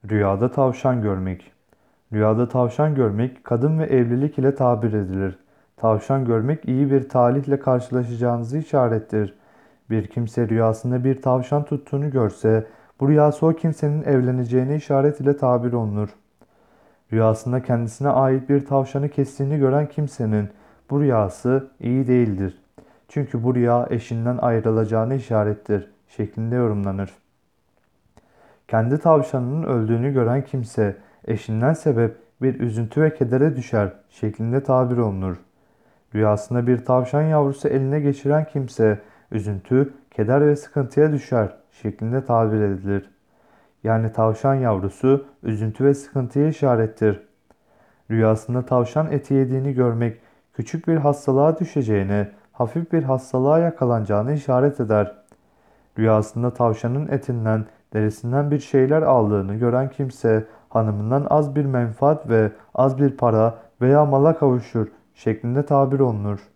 Rüyada tavşan görmek. Rüyada tavşan görmek kadın ve evlilik ile tabir edilir. Tavşan görmek iyi bir talihle karşılaşacağınızı işarettir. Bir kimse rüyasında bir tavşan tuttuğunu görse, bu rüyası o kimsenin evleneceğine işaret ile tabir olunur. Rüyasında kendisine ait bir tavşanı kestiğini gören kimsenin bu rüyası iyi değildir. Çünkü bu rüya eşinden ayrılacağını işarettir şeklinde yorumlanır. Kendi tavşanının öldüğünü gören kimse eşinden sebep bir üzüntü ve kedere düşer şeklinde tabir olunur. Rüyasında bir tavşan yavrusu eline geçiren kimse üzüntü, keder ve sıkıntıya düşer şeklinde tabir edilir. Yani tavşan yavrusu üzüntü ve sıkıntıya işarettir. Rüyasında tavşan eti yediğini görmek küçük bir hastalığa düşeceğine, hafif bir hastalığa yakalanacağını işaret eder. Rüyasında tavşanın etinden, derisinden bir şeyler aldığını gören kimse hanımından az bir menfaat ve az bir para veya mala kavuşur şeklinde tabir olunur.